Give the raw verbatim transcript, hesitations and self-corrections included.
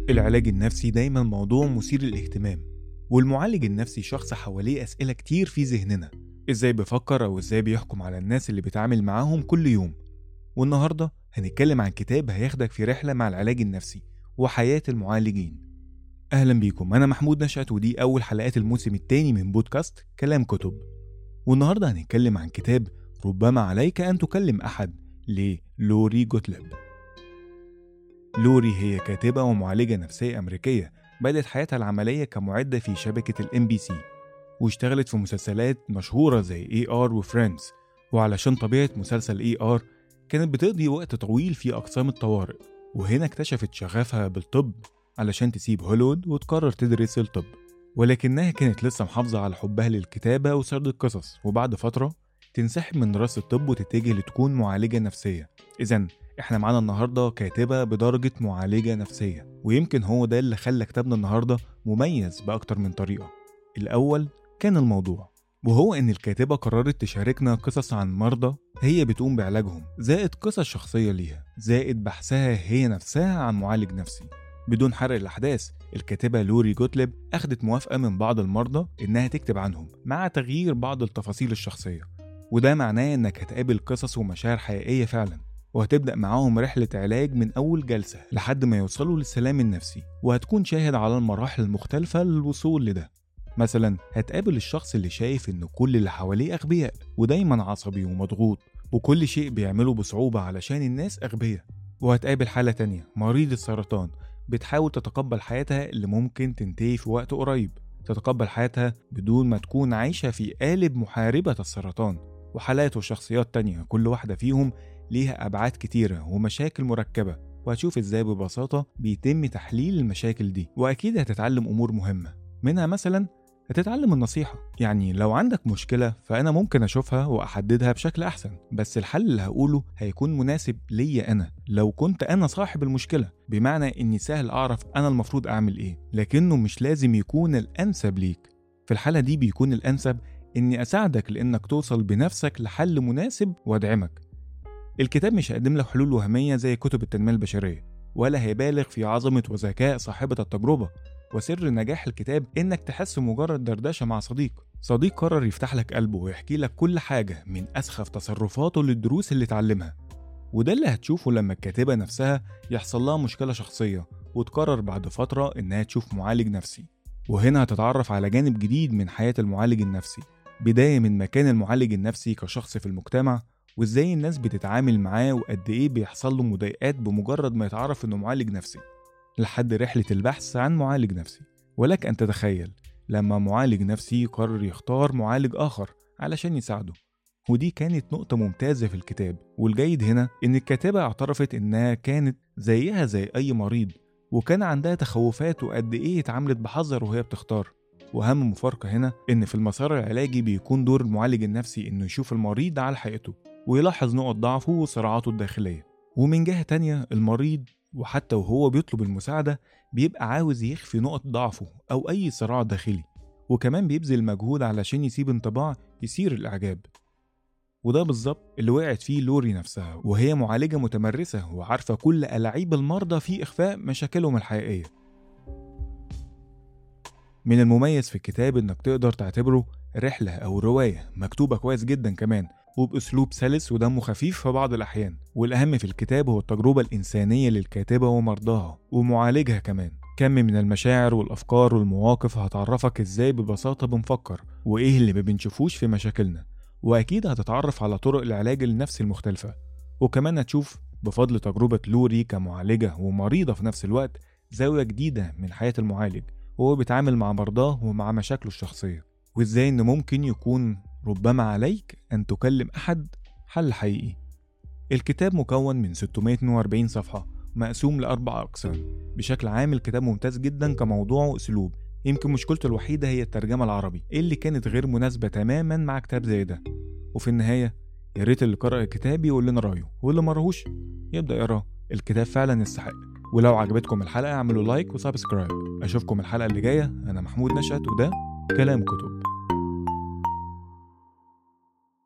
العلاج النفسي دايما موضوع مثير للاهتمام، والمعالج النفسي شخص حواليه أسئلة كتير في ذهننا، ازاي بيفكر أو ازاي بيحكم على الناس اللي بيتعامل معاهم كل يوم. والنهاردة هنتكلم عن كتاب هياخدك في رحلة مع العلاج النفسي وحياة المعالجين. أهلا بيكم، أنا محمود نشأت ودي أول حلقات الموسم الثاني من بودكاست كلام كتب. والنهاردة هنتكلم عن كتاب ربما عليك أن تكلم أحد للوري جوتليب. لوري هي كاتبة ومعالجة نفسية أمريكية بدأت حياتها العملية كمعدة في شبكة الام بي سي، واشتغلت في مسلسلات مشهورة زي اي ار وفريندز. وعلشان طبيعة مسلسل اي ار كانت بتقضي وقت طويل في أقسام الطوارئ، وهنا اكتشفت شغفها بالطب علشان تسيب هوليوود وتقرر تدرس الطب، ولكنها كانت لسه محافظة على حبها للكتابة وسرد القصص، وبعد فترة تنسحب من دراسة الطب وتتجه لتكون معالجة نفسية. إذن احنا معانا النهاردة كاتبة بدرجة معالجة نفسية، ويمكن هو ده اللي خلى كتابنا النهاردة مميز بأكتر من طريقة. الأول كان الموضوع، وهو إن الكاتبة قررت تشاركنا قصص عن مرضى هي بتقوم بعلاجهم، زائد قصص شخصية ليها، زائد بحثها هي نفسها عن معالج نفسي. بدون حرق الأحداث، الكاتبة لوري جوتليب أخدت موافقة من بعض المرضى إنها تكتب عنهم مع تغيير بعض التفاصيل الشخصية، وده معناه إنك هتقابل قصص ومشاعر حقيقية فعلا، وهتبدأ معاهم رحلة علاج من أول جلسة لحد ما يوصلوا للسلام النفسي، وهتكون شاهد على المراحل المختلفة للوصول لده. مثلا هتقابل الشخص اللي شايف إن كل اللي حواليه أغبياء ودايما عصبي ومضغوط وكل شيء بيعمله بصعوبة علشان الناس أغبياء. وهتقابل حالة تانية، مريض السرطان بتحاول تتقبل حياتها اللي ممكن تنتهي في وقت قريب، تتقبل حياتها بدون ما تكون عايشة في قالب محاربة السرطان. وحالات وشخصيات تانية كل واحدة فيهم ليها أبعاد كتيرة ومشاكل مركبة، وهتشوف إزاي ببساطة بيتم تحليل المشاكل دي. وأكيد هتتعلم أمور مهمة منها، مثلا هتتعلم النصيحة، يعني لو عندك مشكلة فأنا ممكن أشوفها وأحددها بشكل أحسن، بس الحل اللي هقوله هيكون مناسب ليا أنا لو كنت أنا صاحب المشكلة، بمعنى إني سهل أعرف أنا المفروض أعمل إيه، لكنه مش لازم يكون الأنسب ليك. في الحالة دي بيكون الأنسب إني أساعدك لإنك توصل بنفسك لحل مناسب وأدعمك. الكتاب مش هيقدم لك حلول وهمية زي كتب التنمية البشرية، ولا هيبالغ في عظمة وذكاء صاحبة التجربة. وسر نجاح الكتاب إنك تحس مجرد دردشة مع صديق صديق قرر يفتح لك قلبه ويحكي لك كل حاجة من أسخف تصرفاته للدروس اللي اتعلمها. وده اللي هتشوفه لما الكاتبة نفسها يحصل لها مشكلة شخصية وتقرر بعد فترة إنها تشوف معالج نفسي. وهنا هتتعرف على جانب جديد من حياة المعالج النفسي، بداية من مكان المعالج النفسي كشخص في المجتمع، وإزاي الناس بتتعامل معاه وقد إيه بيحصل له مضايقات بمجرد ما يتعرف إنه معالج نفسي، لحد رحلة البحث عن معالج نفسي. ولك أن تتخيل لما معالج نفسي قرر يختار معالج آخر علشان يساعده. ودي كانت نقطة ممتازة في الكتاب، والجيد هنا إن الكاتبة اعترفت إنها كانت زيها زي أي مريض، وكان عندها تخوفات وقد إيه اتعاملت بحذر وهي بتختار. وأهم مفارقة هنا إن في المسار العلاجي بيكون دور المعالج النفسي إنه يشوف المريض على حقيقته ويلاحظ نقط ضعفه وصراعاته الداخلية. ومن جهة تانية المريض وحتى وهو بيطلب المساعدة بيبقى عاوز يخفي نقط ضعفه أو أي صراع داخلي، وكمان بيبذل مجهود علشان يسيب انطباع يثير الإعجاب. وده بالظبط اللي وقعت فيه لوري نفسها، وهي معالجة متمرسة وعارفة كل ألاعيب المرضى في إخفاء مشاكلهم الحقيقية. من المميز في الكتاب إنك تقدر تعتبره رحلة أو رواية مكتوبة كويس جدا كمان، وبأسلوب سلس ودمه خفيف في بعض الأحيان. والأهم في الكتاب هو التجربة الإنسانية للكاتبة ومرضاها ومعالجها كمان. كم من المشاعر والأفكار والمواقف هتعرفك إزاي ببساطة بنفكر وإيه اللي ما بنشوفوش في مشاكلنا. وأكيد هتتعرف على طرق العلاج النفسي المختلفة، وكمان هتشوف بفضل تجربة لوري كمعالجة ومريضة في نفس الوقت زاوية جديدة من حياة المعالج وهو بيتعامل مع مرضاه ومع مشاكله الشخصية، وإزاي إنه ممكن يكون ربما عليك أن تكلم أحد حل حقيقي. الكتاب مكون من ستمائة واثنين وأربعين صفحة مقسوم لأربع أقسام. بشكل عام الكتاب ممتاز جدا كموضوع وأسلوب، يمكن مشكلته الوحيدة هي الترجمة العربي اللي كانت غير مناسبة تماما مع كتاب زي ده. وفي النهاية ياريت اللي قرأ الكتاب يقول لنا رأيه، واللي مرهوش يبدأ يقراه. الكتاب فعلا يستحق. ولو عجبتكم الحلقة اعملوا لايك وسبسكرايب. أشوفكم الحلقة اللي جاية. أنا محمود نشأت وده كلام كتب.